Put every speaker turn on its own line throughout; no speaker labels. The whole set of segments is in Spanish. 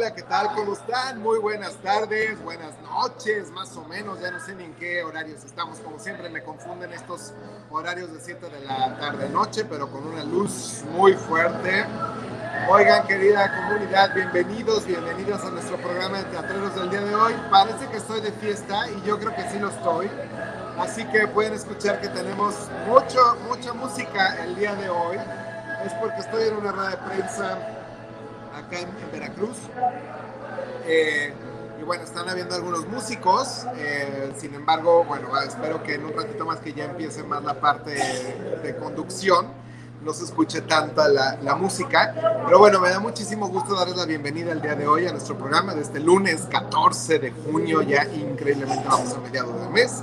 hola, ¿qué tal? ¿Cómo están? Muy buenas tardes, buenas noches, más o menos, ya no sé ni en qué horarios estamos, como siempre me confunden estos horarios de 7 de la tarde-noche, pero con una luz muy fuerte. Oigan, querida comunidad, bienvenidos a nuestro programa de teatreros del día de hoy. Parece que estoy de fiesta y yo creo que sí lo estoy, así que pueden escuchar que tenemos mucha música el día de hoy. Es porque estoy en una rueda de prensa acá en Veracruz. Y bueno, están habiendo algunos músicos, sin embargo, bueno, espero que en un ratito más que ya empiece más la parte de conducción, no se escuche tanta la música, pero bueno, me da muchísimo gusto darles la bienvenida el día de hoy a nuestro programa de este lunes 14 de junio, ya increíblemente vamos a mediados del mes.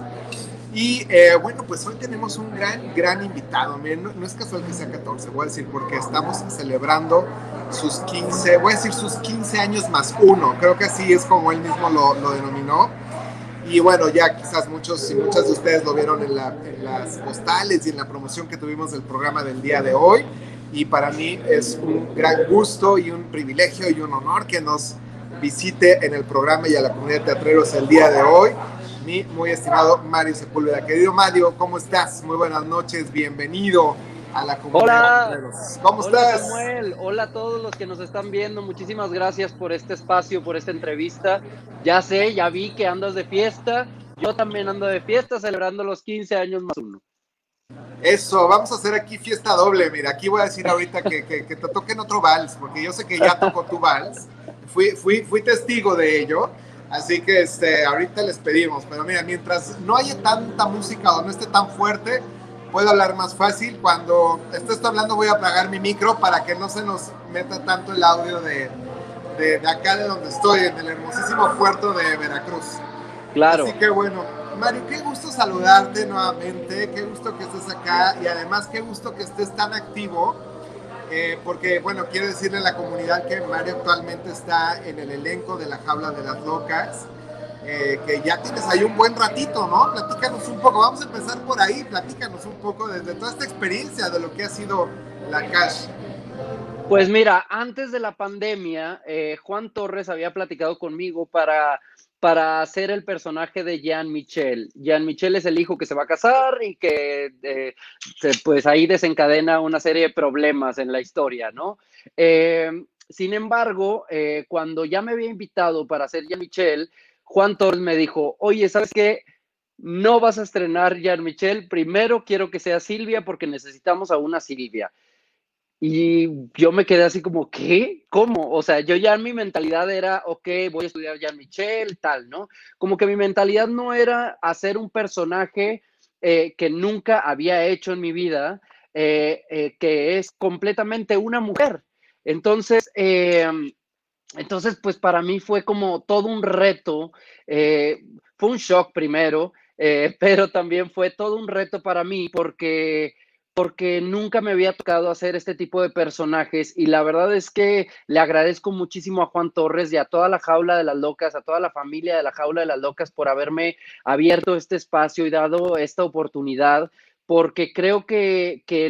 Y bueno, pues hoy tenemos un gran invitado. Miren, no es casual que sea 14, voy a decir, porque estamos celebrando sus 15, voy a decir sus 15 años más uno. Creo que así es como él mismo lo denominó. Y bueno, ya quizás muchos y muchas de ustedes lo vieron en las postales y en la promoción que tuvimos del programa del día de hoy. Y para mí es un gran gusto y un privilegio y un honor que nos visite en el programa y a la comunidad de teatreros el día de hoy. Mi muy estimado Mario Sepúlveda. Querido Mario, ¿cómo estás? Muy buenas noches, bienvenido a la comunidad de teatreros. ¿Cómo estás?
Samuel, hola a todos los que nos están viendo, muchísimas gracias por este espacio, por esta entrevista. Ya sé, ya vi que andas de fiesta, yo también ando de fiesta celebrando los 15 años más uno.
Eso, vamos a hacer aquí fiesta doble. Mira, aquí voy a decir ahorita que te toquen otro vals, porque yo sé que ya tocó tu vals. Fui testigo de ello. Así que ahorita les pedimos. Pero mira, mientras no haya tanta música o no esté tan fuerte, puedo hablar más fácil. Cuando esté hablando voy a apagar mi micro para que no se nos meta tanto el audio de acá de donde estoy, en el hermosísimo puerto de Veracruz. Así
Claro.
que bueno, Mario, qué gusto saludarte nuevamente, qué gusto que estés acá y además qué gusto que estés tan activo, porque bueno, quiero decirle a la comunidad que Mario actualmente está en el elenco de La Jaula de las Locas, que ya tienes ahí un buen ratito, ¿no? Platícanos un poco, vamos a empezar por ahí, platícanos un poco desde toda esta experiencia de lo que ha sido la Cash.
Pues mira, antes de la pandemia, Juan Torres había platicado conmigo para hacer el personaje de Jean Michel. Jean Michel es el hijo que se va a casar y que pues ahí desencadena una serie de problemas en la historia, ¿no? Sin embargo, cuando ya me había invitado para hacer Jean Michel, Juan Torres me dijo, oye, ¿sabes qué? No vas a estrenar Jean Michel, primero quiero que sea Silvia porque necesitamos a una Silvia. Y yo me quedé así como, ¿qué? ¿Cómo? O sea, yo ya mi mentalidad era, ok, voy a estudiar Jean Michel, tal, ¿no? Como que mi mentalidad no era hacer un personaje que nunca había hecho en mi vida, que es completamente una mujer. Entonces, pues para mí fue como todo un reto, fue un shock primero, pero también fue todo un reto para mí porque nunca me había tocado hacer este tipo de personajes y la verdad es que le agradezco muchísimo a Juan Torres y a toda la Jaula de las Locas, a toda la familia de la Jaula de las Locas por haberme abierto este espacio y dado esta oportunidad, porque creo que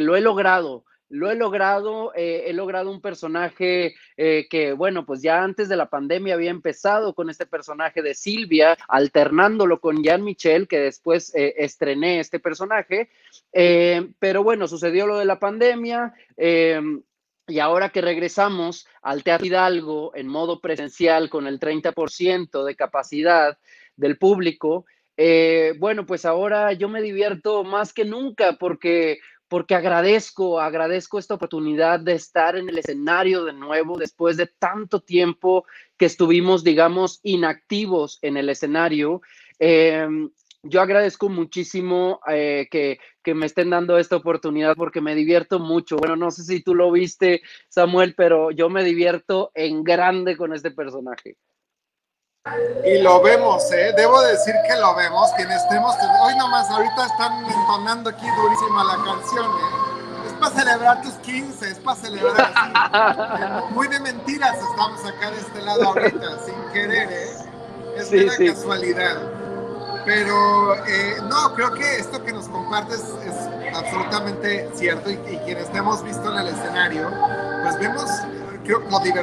he logrado un personaje que, bueno, pues ya antes de la pandemia había empezado con este personaje de Silvia, alternándolo con Jean Michel, que después estrené este personaje, pero bueno, sucedió lo de la pandemia, y ahora que regresamos al Teatro Hidalgo en modo presencial con el 30% de capacidad del público, bueno, pues ahora yo me divierto más que nunca porque agradezco esta oportunidad de estar en el escenario de nuevo después de tanto tiempo que estuvimos, digamos, inactivos en el escenario. Eh, yo agradezco muchísimo que me estén dando esta oportunidad porque me divierto mucho. Bueno, no sé si tú lo viste, Samuel, pero yo me divierto en grande con este personaje.
Y lo vemos, ¿eh? Debo decir que lo vemos. Quienes estemos, hoy nomás, ahorita están entonando aquí durísima la canción, ¿eh? Es para celebrar tus 15, es para celebrar así. Muy de mentiras estamos acá de este lado ahorita, sin querer, ¿eh? Es
Sí,
mera
sí.
casualidad. Pero no, creo que esto que nos compartes es absolutamente cierto y quienes te hemos visto en el escenario, pues vemos, creo,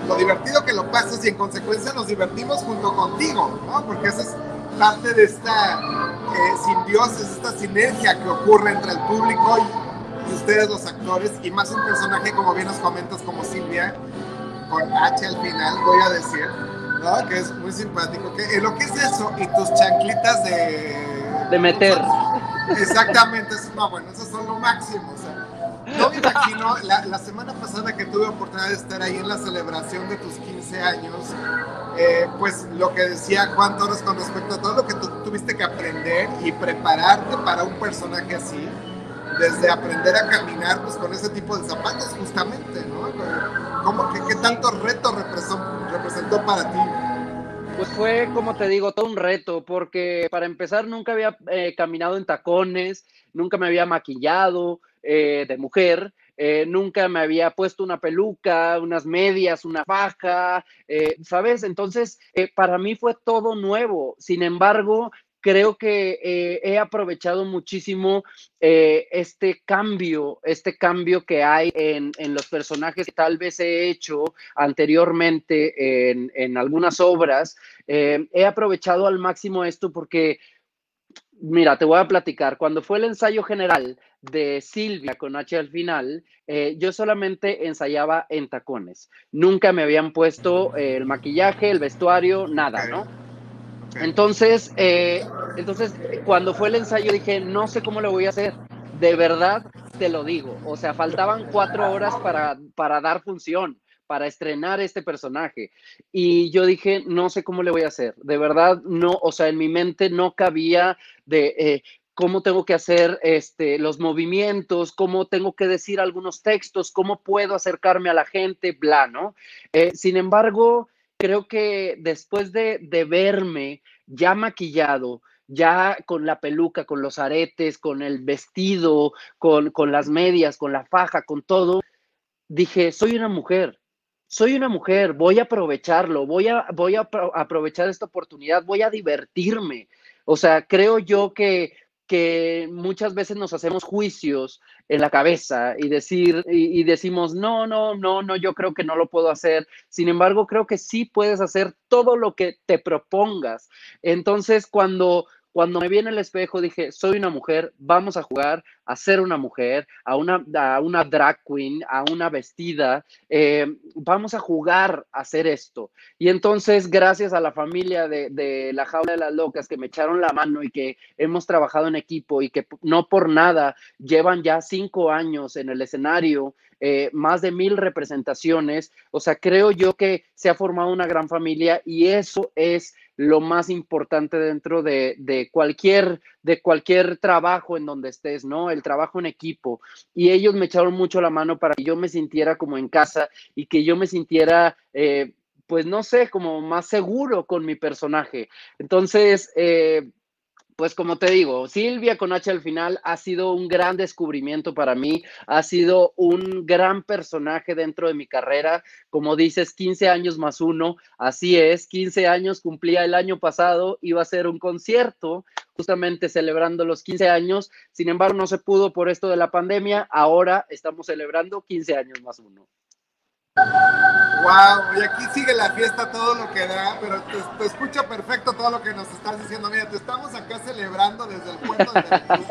lo divertido que lo pasas y en consecuencia nos divertimos junto contigo, ¿no? Porque esa es parte de esta simbiosis, esta sinergia que ocurre entre el público y ustedes los actores, y más un personaje, como bien nos comentas, como Silvia, con H al final, voy a decir, ¿no? Que es muy simpático. Que, lo que es eso y tus chanclitas
de meter.
Exactamente, eso, no, bueno, eso son lo máximo. O sea, no me imagino, la semana pasada que tuve oportunidad de estar ahí en la celebración de tus 15 años, pues lo que decía Juan Torres con respecto a todo lo que tú tuviste que aprender y prepararte para un personaje así, desde aprender a caminar pues con ese tipo de zapatos justamente, ¿no? ¿Qué tanto reto representó para ti?
Pues fue, como te digo, todo un reto, porque para empezar nunca había caminado en tacones, nunca me había maquillado de mujer, nunca me había puesto una peluca, unas medias, una faja, ¿sabes? Entonces, para mí fue todo nuevo. Sin embargo, creo que he aprovechado muchísimo este cambio que hay en los personajes que tal vez he hecho anteriormente en algunas obras. He aprovechado al máximo esto porque, mira, te voy a platicar. Cuando fue el ensayo general de Silvia con H al final, yo solamente ensayaba en tacones. Nunca me habían puesto el maquillaje, el vestuario, nada, ¿no? Entonces, cuando fue el ensayo dije, no sé cómo lo voy a hacer. De verdad, te lo digo. O sea, faltaban 4 horas para dar función, para estrenar este personaje. Y yo dije, no sé cómo le voy a hacer. De verdad, no, o sea, en mi mente no cabía de cómo tengo que hacer los movimientos, cómo tengo que decir algunos textos, cómo puedo acercarme a la gente, bla, ¿no? Sin embargo, creo que después de verme ya maquillado, ya con la peluca, con los aretes, con el vestido, con las medias, con la faja, con todo, dije, soy una mujer, voy a aprovecharlo, voy a aprovechar esta oportunidad, voy a divertirme. O sea, creo yo que muchas veces nos hacemos juicios en la cabeza y decimos, no, yo creo que no lo puedo hacer. Sin embargo, creo que sí puedes hacer todo lo que te propongas. Entonces, cuando me vi en el espejo, dije, soy una mujer, vamos a jugar a ser una mujer, a una drag queen, a una vestida, vamos a jugar a hacer esto. Y entonces, gracias a la familia de La Jaula de las Locas que me echaron la mano y que hemos trabajado en equipo y que no por nada llevan ya 5 años en el escenario, más de 1000 representaciones, o sea, creo yo que se ha formado una gran familia y eso es lo más importante dentro de cualquier trabajo en donde estés, ¿no? El trabajo en equipo. Y ellos me echaron mucho la mano para que yo me sintiera como en casa y que yo me sintiera, pues no sé, como más seguro con mi personaje. Entonces, pues como te digo, Silvia con H al final ha sido un gran descubrimiento para mí, ha sido un gran personaje dentro de mi carrera, como dices, 15 años más uno, así es, 15 años cumplía el año pasado, iba a ser un concierto justamente celebrando los 15 años, sin embargo no se pudo por esto de la pandemia, ahora estamos celebrando 15 años más uno.
Wow, y aquí sigue la fiesta todo lo que da, pero te escucho perfecto todo lo que nos estás diciendo. Mira, te estamos acá celebrando desde el puerto de Veracruz.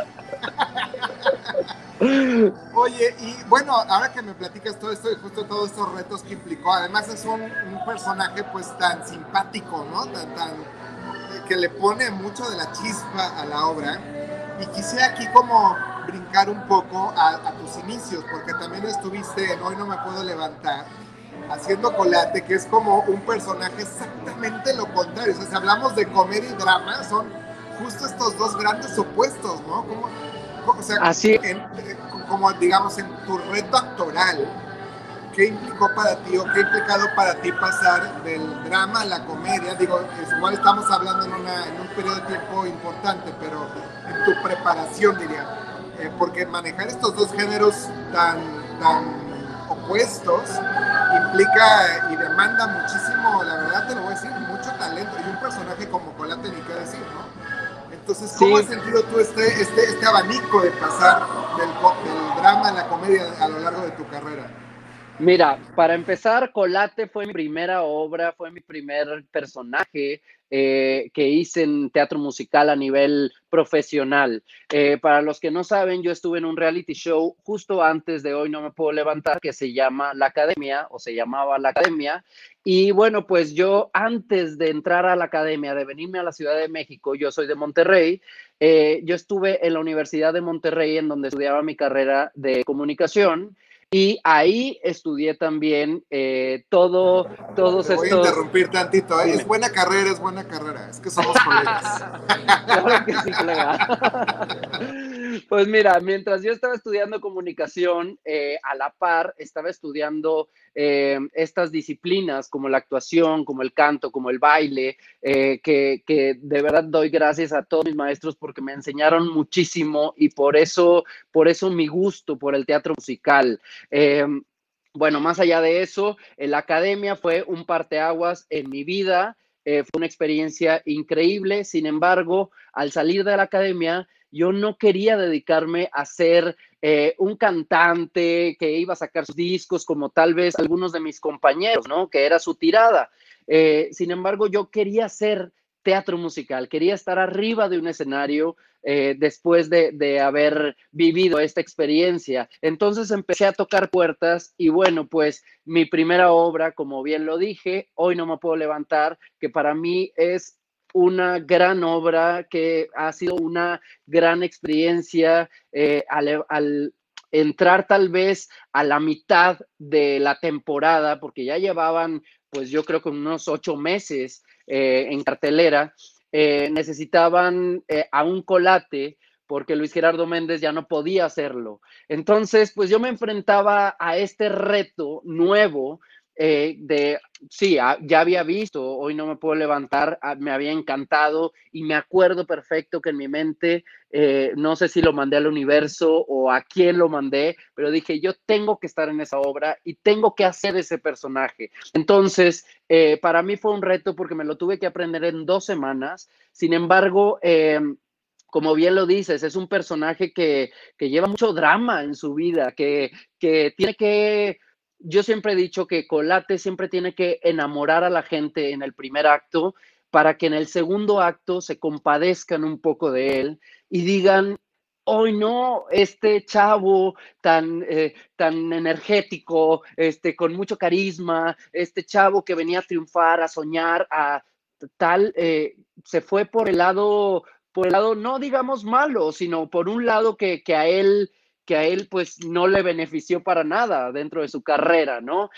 Oye, y bueno, ahora que me platicas todo esto y justo todos estos retos que implicó, además es un personaje pues tan simpático, ¿no? Tan que le pone mucho de la chispa a la obra. Y quisiera aquí como brincar un poco a tus inicios, porque también estuviste en Hoy No Me Puedo Levantar, haciendo Colate, que es como un personaje exactamente lo contrario. O sea, si hablamos de comedia y drama, son justo estos dos grandes opuestos, ¿no? O sea,
así,
como digamos en tu reto actoral, ¿qué implicó para ti o qué ha implicado para ti pasar del drama a la comedia? Digo, igual estamos hablando en un periodo de tiempo importante, pero en tu preparación, diría, porque manejar estos dos géneros tan opuestos implica y demanda muchísimo, la verdad te lo voy a decir, mucho talento y un personaje como Colate ni qué decir, ¿no? Entonces, ¿cómo has sentido tú este abanico de pasar del drama a la comedia a lo largo de tu carrera?
Mira, para empezar, Colate fue mi primera obra, fue mi primer personaje que hice en teatro musical a nivel profesional. Para los que no saben, yo estuve en un reality show justo antes de Hoy No Me Puedo Levantar, que se llama La Academia, o se llamaba La Academia. Y bueno, pues yo antes de entrar a la Academia, de venirme a la Ciudad de México, yo soy de Monterrey, yo estuve en la Universidad de Monterrey, en donde estudiaba mi carrera de comunicación. Y ahí estudié también todos
Te voy a
estos,
interrumpir tantito, ¿eh? Es
dime.
buena carrera, es buena carrera. Es que somos colegas.
Claro que sí, colega. Pues mira, mientras yo estaba estudiando comunicación, a la par estaba estudiando estas disciplinas como la actuación, como el canto, como el baile, que de verdad doy gracias a todos mis maestros porque me enseñaron muchísimo y por eso mi gusto por el teatro musical. Bueno, más allá de eso, la academia fue un parteaguas en mi vida. Fue una experiencia increíble. Sin embargo, al salir de la academia, yo no quería dedicarme a ser un cantante que iba a sacar sus discos como tal vez algunos de mis compañeros, ¿no? Que era su tirada. Sin embargo, yo quería hacer teatro musical, quería estar arriba de un escenario después de haber vivido esta experiencia. Entonces empecé a tocar puertas y bueno, pues mi primera obra, como bien lo dije, Hoy No Me Puedo Levantar, que para mí es una gran obra, que ha sido una gran experiencia al entrar tal vez a la mitad de la temporada, porque ya llevaban, pues yo creo que unos 8 meses en cartelera, necesitaban a un Colate porque Luis Gerardo Méndez ya no podía hacerlo. Entonces, pues yo me enfrentaba a este reto nuevo sí, ya había visto, Hoy No Me Puedo Levantar, me había encantado y me acuerdo perfecto que en mi mente, no sé si lo mandé al universo o a quién lo mandé, pero dije, yo tengo que estar en esa obra y tengo que hacer ese personaje. Entonces, para mí fue un reto porque me lo tuve que aprender en 2 semanas. Sin embargo, como bien lo dices, es un personaje que lleva mucho drama en su vida, que tiene que yo siempre he dicho que Colate siempre tiene que enamorar a la gente en el primer acto para que en el segundo acto se compadezcan un poco de él y digan, hoy no, este chavo tan energético, con mucho carisma, este chavo que venía a triunfar, a soñar, a tal, se fue por el lado no digamos malo, sino por un lado que a él pues no le benefició para nada dentro de su carrera, ¿no?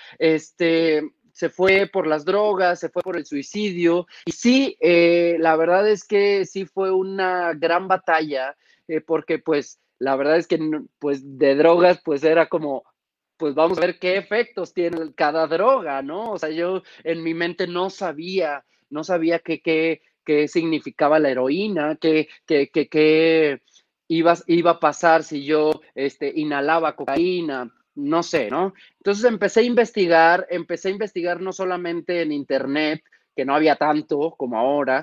Se fue por las drogas, se fue por el suicidio. Y sí, la verdad es que sí fue una gran batalla, porque pues la verdad es que pues de drogas pues era como, pues vamos a ver qué efectos tiene cada droga, ¿no? O sea, yo en mi mente no sabía qué significaba la heroína, qué iba a pasar si yo inhalaba cocaína, no sé, ¿no? Entonces empecé a investigar no solamente en internet, que no había tanto como ahora,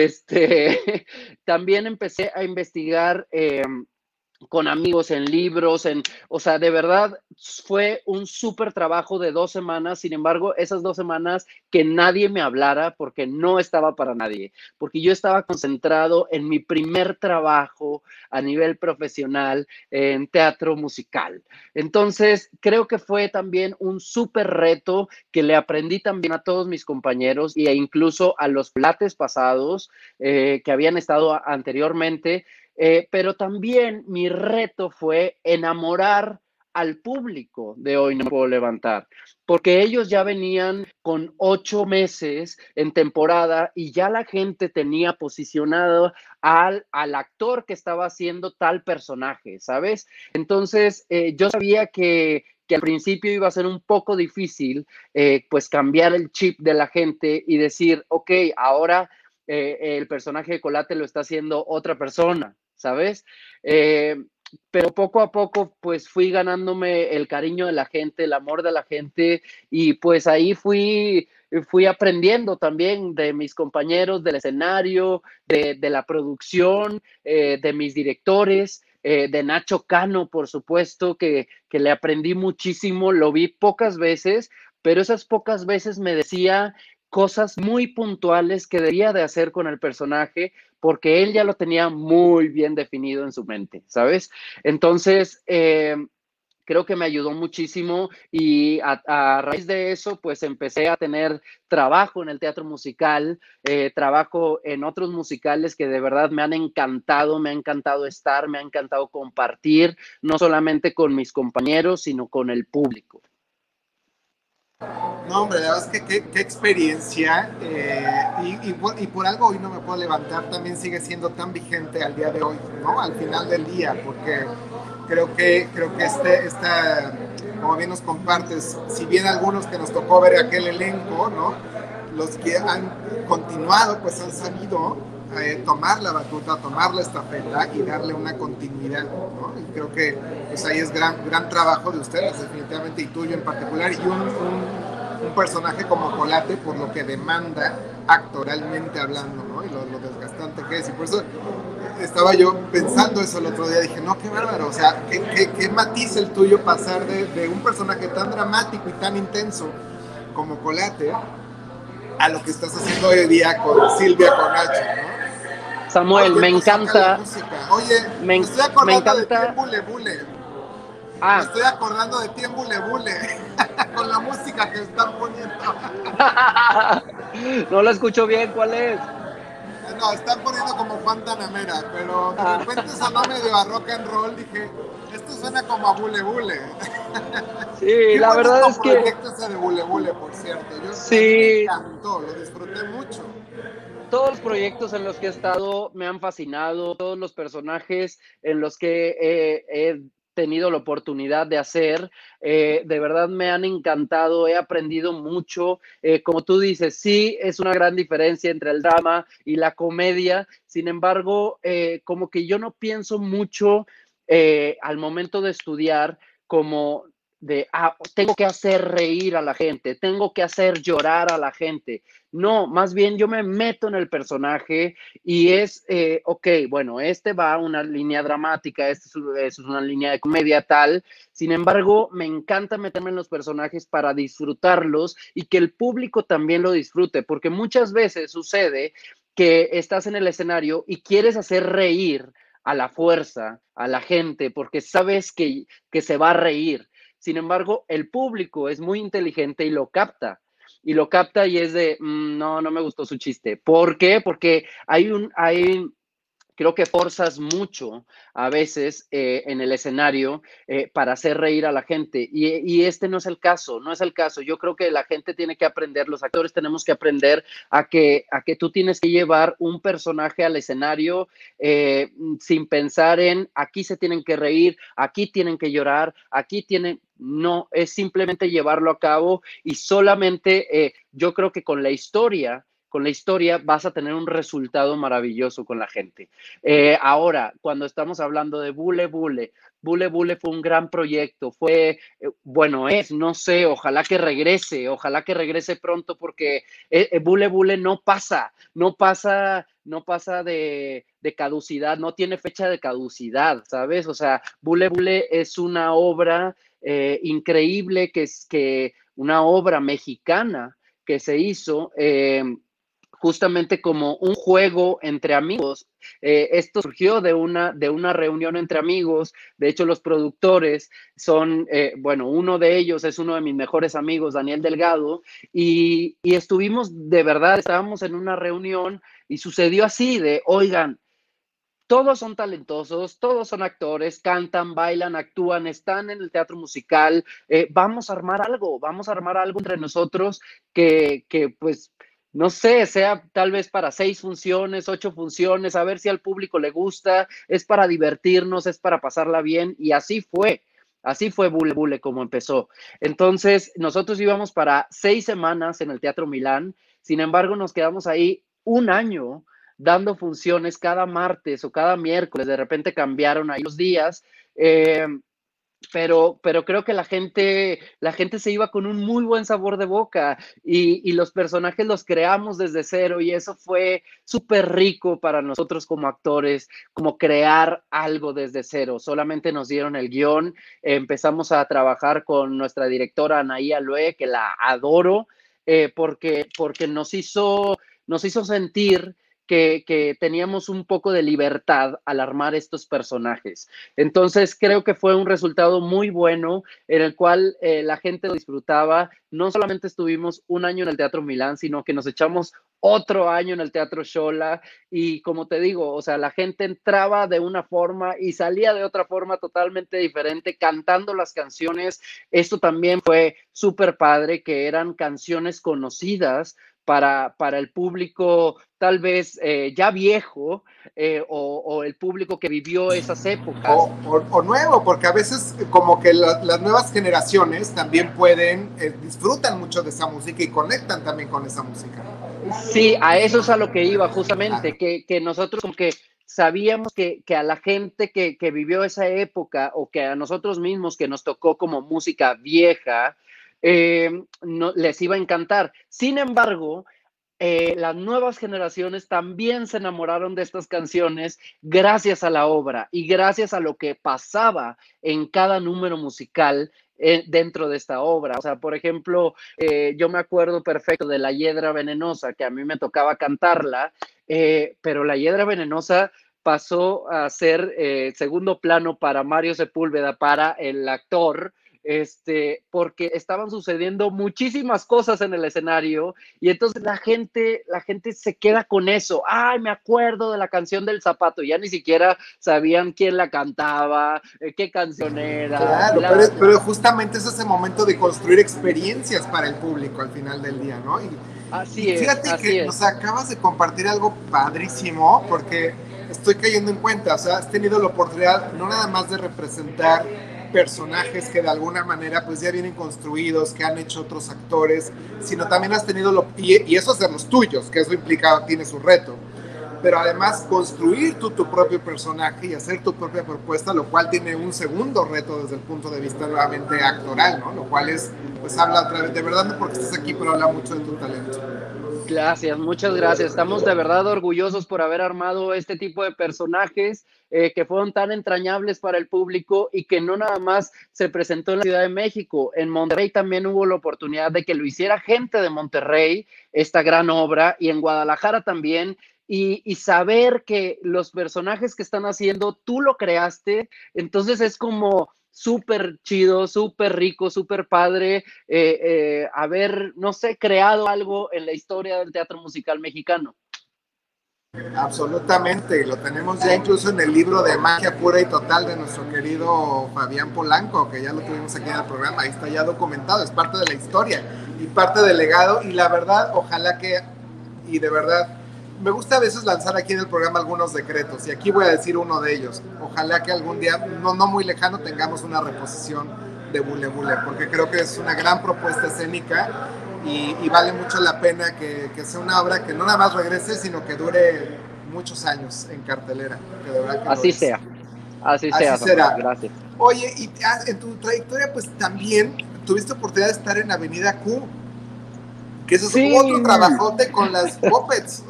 también empecé a investigar con amigos en libros, o sea, de verdad fue un súper trabajo de 2 semanas. Sin embargo, esas 2 semanas que nadie me hablara porque no estaba para nadie, porque yo estaba concentrado en mi primer trabajo a nivel profesional en teatro musical. Entonces, creo que fue también un súper reto que le aprendí también a todos mis compañeros e incluso a los plates pasados que habían estado anteriormente, pero también mi reto fue enamorar al público de Hoy No Puedo Levantar, porque ellos ya venían con 8 meses en temporada y ya la gente tenía posicionado al actor que estaba haciendo tal personaje, ¿sabes? Entonces, yo sabía que al principio iba a ser un poco difícil, pues cambiar el chip de la gente y decir, ok, ahora el personaje de Colate lo está haciendo otra persona, ¿sabes? Eh, pero poco a poco pues fui ganándome el cariño de la gente, el amor de la gente y pues ahí fui aprendiendo también de mis compañeros del escenario, de la producción, de mis directores. de Nacho Cano, por supuesto, que le aprendí muchísimo, lo vi pocas veces, pero esas pocas veces me decía cosas muy puntuales que debía de hacer con el personaje, porque él ya lo tenía muy bien definido en su mente, ¿sabes? Entonces, creo que me ayudó muchísimo y a raíz de eso, pues empecé a tener trabajo en el teatro musical, trabajo en otros musicales que de verdad me ha encantado estar, me ha encantado compartir, no solamente con mis compañeros, sino con el público.
No, hombre, la verdad es que qué experiencia. Y por algo hoy no me puedo levantar, también sigue siendo tan vigente al día de hoy, ¿no? Al final del día, porque creo que como bien nos compartes, si bien algunos que nos tocó ver aquel elenco, ¿no? Los que han continuado, pues han sabido tomar la batuta, tomar la estafeta y darle una continuidad, ¿no? Y creo que pues ahí es gran trabajo de ustedes, definitivamente, y tuyo en particular, y un personaje como Colate, por lo que demanda actoralmente hablando, ¿no? Y lo desgastante que es. Y por eso estaba yo pensando eso el otro día, dije, no, qué bárbaro, o sea, qué matiz el tuyo pasar de un personaje tan dramático y tan intenso como Colate a lo que estás haciendo hoy día con Silvia Conacho, ¿no?
Samuel,
Oye,
me
pues saca la
encanta,
música. Oye, me estoy
me
acordando de ti en
encanta.
Bule Bule. Me
Ah,
estoy acordando de ti en Bule Bule. Con la música que están poniendo.
no lo escucho bien, ¿cuál es?
No, están poniendo como Juan Tanamera, pero de repente sonó medio a rock and roll. Dije, esto suena como a Bule Bule.
Sí,
Qué
la verdad
bonito
es que
proyecto ese de Bule Bule, por cierto. A mí me
sí,
encantó, lo disfruté mucho.
todos los proyectos en los que he estado me han fascinado, todos los personajes en los que he tenido la oportunidad de hacer, de verdad me han encantado, he aprendido mucho. Como tú dices, sí, es una gran diferencia entre el drama y la comedia, sin embargo, como que yo no pienso mucho al momento de estudiar como tengo que hacer reír a la gente, tengo que hacer llorar a la gente. No, más bien yo me meto en el personaje y ok, bueno, este va a una línea dramática, es una línea de comedia tal, sin embargo, me encanta meterme en los personajes para disfrutarlos y que el público también lo disfrute, porque muchas veces sucede que estás en el escenario y quieres hacer reír a la fuerza, a la gente, porque sabes que se va a reír. Sin embargo, el público es muy inteligente y lo capta y es de, no, no me gustó su chiste. ¿Por qué? Porque creo que forzas mucho a veces en el escenario para hacer reír a la gente y este no es el caso, no es el caso. Yo creo que la gente tiene que aprender, los actores tenemos que aprender a que tú tienes que llevar un personaje al escenario sin pensar en aquí se tienen que reír, aquí tienen que llorar, aquí tienen, no, es simplemente llevarlo a cabo y solamente yo creo que con la historia vas a tener un resultado maravilloso con la gente. Ahora, cuando estamos hablando de Bule Bule, Bule Bule fue un gran proyecto, bueno, no sé, ojalá que regrese pronto porque Bule Bule no pasa de caducidad, no tiene fecha de caducidad, ¿sabes? O sea, Bule Bule es una obra increíble, una obra mexicana que se hizo justamente como un juego entre amigos. Esto surgió de una reunión entre amigos. De hecho, los productores son, bueno, uno de ellos es uno de mis mejores amigos, Daniel Delgado, y estuvimos, de verdad, estábamos en una reunión y sucedió así de, oigan, todos son talentosos, todos son actores, cantan, bailan, actúan, están en el teatro musical. Vamos a armar algo entre nosotros pues, no sé, sea tal vez para 6 funciones, 8 funciones, a ver si al público le gusta, es para divertirnos, es para pasarla bien, y así fue Bule Bule como empezó. Entonces, nosotros íbamos para 6 semanas en el Teatro Milán, sin embargo, nos quedamos ahí un año dando funciones cada martes o cada miércoles, de repente cambiaron ahí los días, pero creo que la gente se iba con un muy buen sabor de boca y los personajes los creamos desde cero y eso fue súper rico para nosotros como actores, como crear algo desde cero. Solamente nos dieron el guión, empezamos a trabajar con nuestra directora Anaí Alue, que la adoro, porque nos hizo sentir que teníamos un poco de libertad al armar estos personajes. Entonces creo que fue un resultado muy bueno en el cual la gente lo disfrutaba. No solamente estuvimos un año en el Teatro Milán, sino que nos echamos otro año en el Teatro Xola y como te digo, o sea, la gente entraba de una forma y salía de otra forma totalmente diferente, cantando las canciones. Esto también fue súper padre, que eran canciones conocidas para el público tal vez ya viejo o el público que vivió esas épocas.
O nuevo, porque a veces como que las nuevas generaciones también pueden, disfrutan mucho de esa música y conectan también con esa música.
Sí, a eso es a lo que iba justamente, que nosotros como que sabíamos que a la gente que vivió esa época o que a nosotros mismos que nos tocó como música vieja, no, les iba a encantar. Sin embargo, las nuevas generaciones también se enamoraron de estas canciones gracias a la obra y gracias a lo que pasaba en cada número musical dentro de esta obra. O sea, por ejemplo, yo me acuerdo perfecto de La Hiedra Venenosa, que a mí me tocaba cantarla, pero La Hiedra Venenosa pasó a ser segundo plano para Mario Sepúlveda, para el actor, porque estaban sucediendo muchísimas cosas en el escenario y entonces la gente se queda con eso. Ay, me acuerdo de la canción del zapato. Ya ni siquiera sabían quién la cantaba, qué canción era,
Claro,
bla, bla.
pero justamente es ese momento de construir experiencias para el público al final del día, ¿no? Y
Así es,
fíjate
así
que
es.
nos acabas de compartir algo padrísimo, porque estoy cayendo en cuenta, o sea, has tenido la oportunidad no nada más de representar personajes que de alguna manera pues ya vienen construidos, que han hecho otros actores, sino también has tenido, y eso hacer los tuyos, que eso implica, tiene su reto, pero además construir tú tu propio personaje y hacer tu propia propuesta, lo cual tiene un segundo reto desde el punto de vista nuevamente actoral, ¿no? Lo cual es, pues habla otra vez, de verdad no porque estés aquí, pero habla mucho de tu talento.
Gracias, muchas gracias. Estamos de verdad orgullosos por haber armado este tipo de personajes que fueron tan entrañables para el público y que no nada más se presentó en la Ciudad de México. En Monterrey también hubo la oportunidad de que lo hiciera gente de Monterrey, esta gran obra, y en Guadalajara también. Y saber que los personajes que están haciendo, tú lo creaste, entonces es como súper chido, súper rico, súper padre haber, no sé, creado algo en la historia del teatro musical mexicano.
Absolutamente, lo tenemos ya incluso en el libro de Magia Pura y Total de nuestro querido Fabián Polanco, que ya lo tuvimos aquí en el programa, ahí está ya documentado, es parte de la historia y parte del legado, y la verdad, ojalá que, y de verdad, me gusta a veces lanzar aquí en el programa algunos decretos, y aquí voy a decir uno de ellos, ojalá que algún día, no muy lejano, tengamos una reposición de Bule Bule, porque creo que es una gran propuesta escénica y vale mucho la pena que sea una obra que no nada más regrese, sino que dure muchos años en cartelera. Que de verdad que
así sea, así
así
sea, Samuel,
será.
gracias.
Oye, y en tu trayectoria, pues también tuviste oportunidad de estar en Avenida Q, que eso es
Sí.
otro trabajote con las puppets.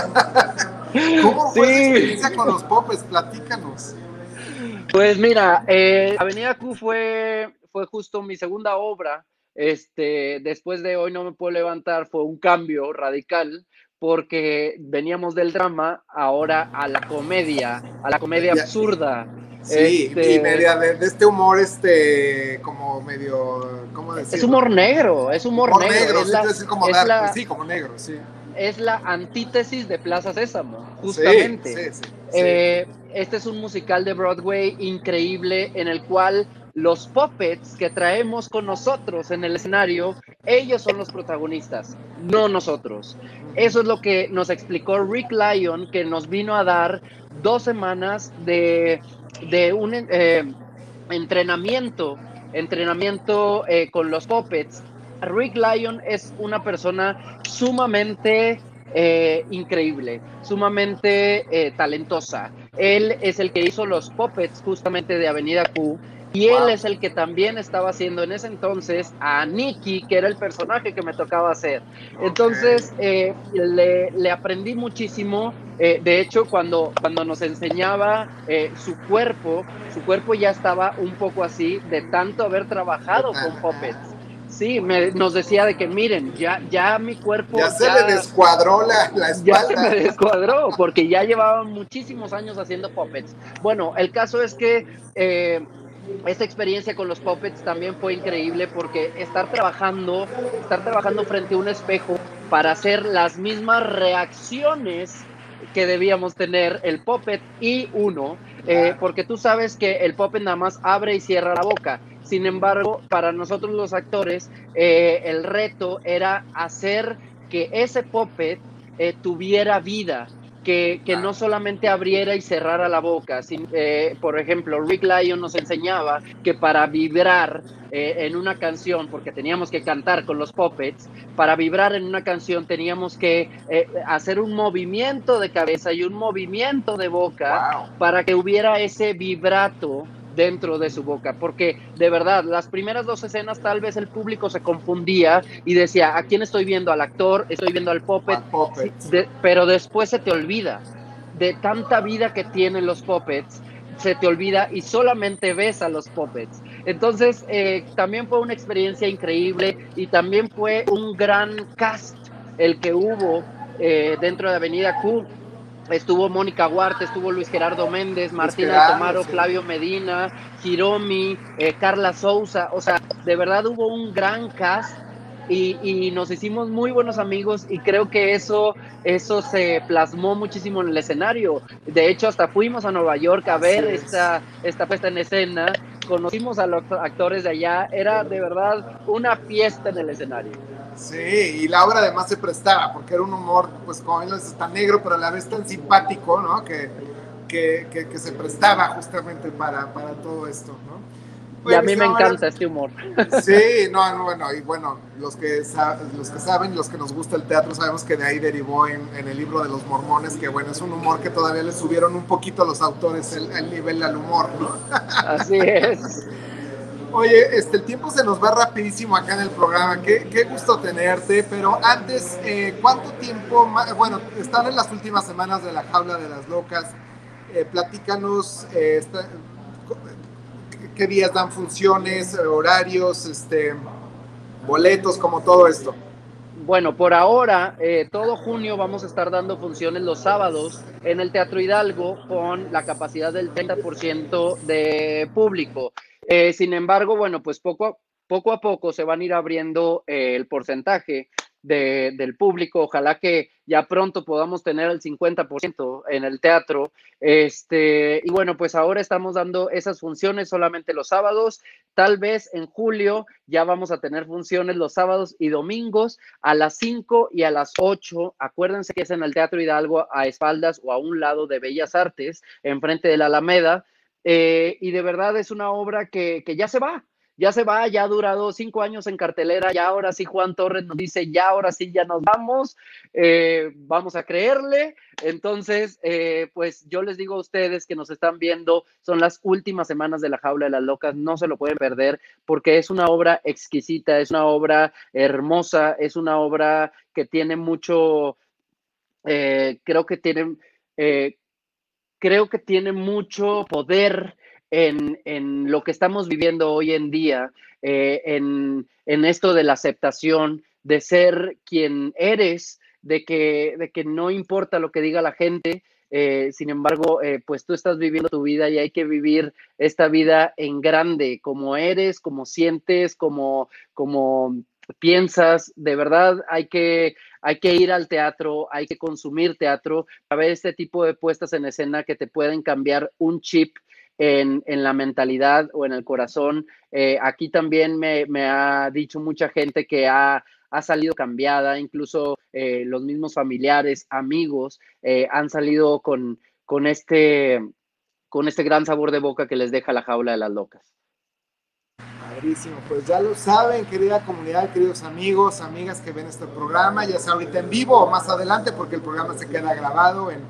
¿Cómo fue esa
Sí.
experiencia con los puppets? Platícanos.
Pues mira, Avenida Q fue justo mi segunda obra. Después de Hoy no me puedo levantar, fue un cambio radical porque veníamos del drama ahora a la comedia
Ya,
absurda.
sí, y media de este humor, como medio, ¿cómo
Es
decirlo?
humor negro, es humor
Humor
negro,
negro, sí, te decir como
es
dark, pues
la,
sí, como negro, sí.
es la antítesis de Plaza Sésamo,
Sí,
justamente.
sí, sí, sí.
Este es un musical de Broadway increíble en el cual los puppets que traemos con nosotros en el escenario, ellos son los protagonistas, no nosotros. Eso es lo que nos explicó Rick Lyon, que nos vino a dar 2 semanas de un entrenamiento con los puppets. Rick Lyon es una persona sumamente increíble, sumamente talentosa. Él es el que hizo los puppets justamente de Avenida Q Y él es el que también estaba haciendo en ese entonces a Nicky, que era el personaje que me tocaba hacer. Entonces, le aprendí muchísimo. De hecho, cuando nos enseñaba su cuerpo ya estaba un poco así de tanto haber trabajado con puppets. Sí, nos decía de que miren, ya mi cuerpo
ya se le descuadró la
ya se me
espalda.
descuadró, porque ya llevaba muchísimos años haciendo puppets. Bueno, el caso es que esta experiencia con los puppets también fue increíble, porque estar trabajando frente a un espejo para hacer las mismas reacciones que debíamos tener el puppet y uno, porque tú sabes que el puppet nada más abre y cierra la boca. Sin embargo, para nosotros los actores, el reto era hacer que ese puppet tuviera vida, que no solamente abriera y cerrara la boca. Por ejemplo, Rick Lyon nos enseñaba que para vibrar en una canción, porque teníamos que cantar con los puppets, para vibrar en una canción teníamos que hacer un movimiento de cabeza y un movimiento de boca para que hubiera ese vibrato dentro de su boca, porque de verdad, las primeras 2 escenas tal vez el público se confundía y decía, ¿a quién estoy viendo? ¿Al actor? ¿Estoy viendo al puppet? Sí, pero después se te olvida de tanta vida que tienen los puppets, se te olvida y solamente ves a los puppets. Entonces, también fue una experiencia increíble y también fue un gran cast el que hubo dentro de Avenida Q. Estuvo Mónica Huarte, estuvo Luis Gerardo Méndez, Martín Altomaro, sí. Flavio Medina, Hiromi, Carla Souza. O sea, de verdad hubo un gran cast y nos hicimos muy buenos amigos, y creo que eso se plasmó muchísimo en el escenario. De hecho, hasta fuimos a Nueva York a ver esta puesta en escena, conocimos a los actores de allá, era de verdad una fiesta en el escenario.
Sí, y la obra además se prestaba, porque era un humor, pues como bien lo dices, tan negro, pero a la vez tan simpático, ¿no? Que se prestaba justamente para todo esto, ¿no?
Oye, y a mí me encanta este humor.
Sí, bueno, y bueno, los que saben, los que nos gusta el teatro, sabemos que de ahí derivó en el libro de los mormones, que bueno, es un humor que todavía le subieron un poquito a los autores el nivel al humor, ¿no?
Así es.
Oye, el tiempo se nos va rapidísimo acá en el programa. Qué gusto tenerte, pero antes, ¿cuánto tiempo más? Bueno, están en las últimas semanas de la Jaula de las Locas. Platícanos qué días dan funciones, horarios, boletos, como todo esto.
Bueno, por ahora, todo junio vamos a estar dando funciones los sábados en el Teatro Hidalgo con la capacidad del 30% de público. Sin embargo, bueno, pues poco a poco se van a ir abriendo el porcentaje del público. Ojalá que ya pronto podamos tener el 50% en el teatro. Y bueno, pues ahora estamos dando esas funciones solamente los sábados. Tal vez en julio ya vamos a tener funciones los sábados y domingos a las 5 y a las 8. Acuérdense que es en el Teatro Hidalgo, a espaldas o a un lado de Bellas Artes, enfrente de la Alameda. Y de verdad es una obra que ya se va, ya ha durado 5 años en cartelera, ya ahora sí Juan Torres nos dice, ya ahora sí ya nos vamos, vamos a creerle. Entonces, pues yo les digo a ustedes que nos están viendo, son las últimas semanas de La Jaula de las Locas, no se lo pueden perder, porque es una obra exquisita, es una obra hermosa, es una obra que tiene mucho, creo que tiene mucho poder en lo que estamos viviendo hoy en día, en esto de la aceptación, de ser quien eres, de que no importa lo que diga la gente. Sin embargo, pues tú estás viviendo tu vida y hay que vivir esta vida en grande, como eres, como sientes, como piensas. De verdad, hay que ir al teatro, hay que consumir teatro, a ver este tipo de puestas en escena que te pueden cambiar un chip en la mentalidad o en el corazón. Aquí también me ha dicho mucha gente que ha salido cambiada, incluso los mismos familiares, amigos, han salido con este gran sabor de boca que les deja La Jaula de las Locas.
Padrísimo, pues ya lo saben, querida comunidad, queridos amigos, amigas que ven este programa, ya sea ahorita en vivo o más adelante, porque el programa se queda grabado en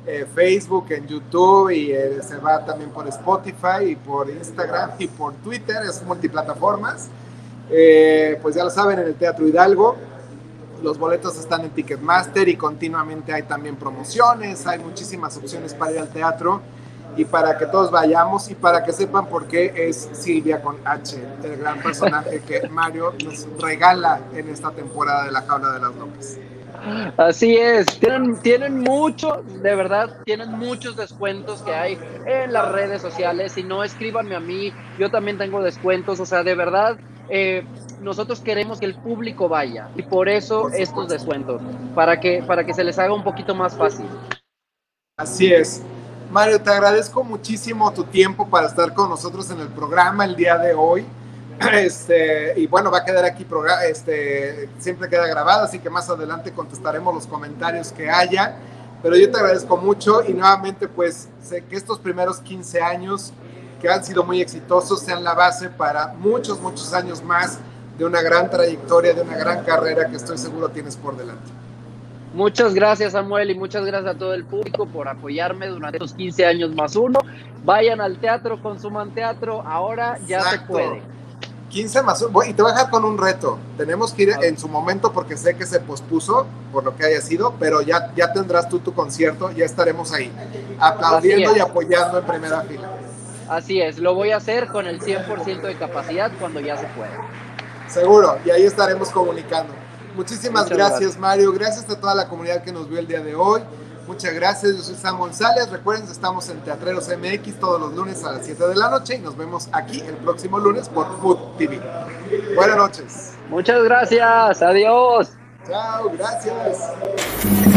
Facebook, en YouTube y se va también por Spotify y por Instagram y por Twitter, es multiplataformas. Pues ya lo saben, en el Teatro Hidalgo. Los boletos están en Ticketmaster y continuamente hay también promociones, hay muchísimas opciones para ir al teatro y para que todos vayamos y para que sepan por qué es Silvia con H, el gran personaje que Mario nos regala en esta temporada de La Jaula de las Locas.
Así es, tienen mucho, de verdad, tienen muchos descuentos que hay en las redes sociales. Si no, escríbanme a mí, yo también tengo descuentos, o sea, de verdad, nosotros queremos que el público vaya y por eso estos descuentos, para que se les haga un poquito más fácil.
Así es. Mario, te agradezco muchísimo tu tiempo para estar con nosotros en el programa el día de hoy. Y bueno, va a quedar aquí, siempre queda grabado, así que más adelante contestaremos los comentarios que haya, pero yo te agradezco mucho y nuevamente pues sé que estos primeros 15 años que han sido muy exitosos sean la base para muchos años más de una gran trayectoria, de una gran carrera que estoy seguro tienes por delante.
Muchas gracias, Samuel, y muchas gracias a todo el público por apoyarme durante estos 15 años más uno. Vayan al teatro, consuman teatro, ahora ya Exacto. Se puede.
15 más 1, y te voy a dejar con un reto. Tenemos que ir en su momento porque sé que se pospuso por lo que haya sido, pero ya tendrás tú tu concierto, ya estaremos ahí, aplaudiendo y apoyando en primera fila.
Así es, lo voy a hacer con el 100% de capacidad cuando ya se pueda.
Seguro, y ahí estaremos comunicando. Muchísimas gracias, Mario. Gracias a toda la comunidad que nos vio el día de hoy. Muchas gracias, yo soy Sam González. Recuerden, estamos en Teatreros MX todos los lunes a las 7 de la noche y nos vemos aquí el próximo lunes por Food TV. Buenas noches.
Muchas gracias, adiós.
Chao, gracias.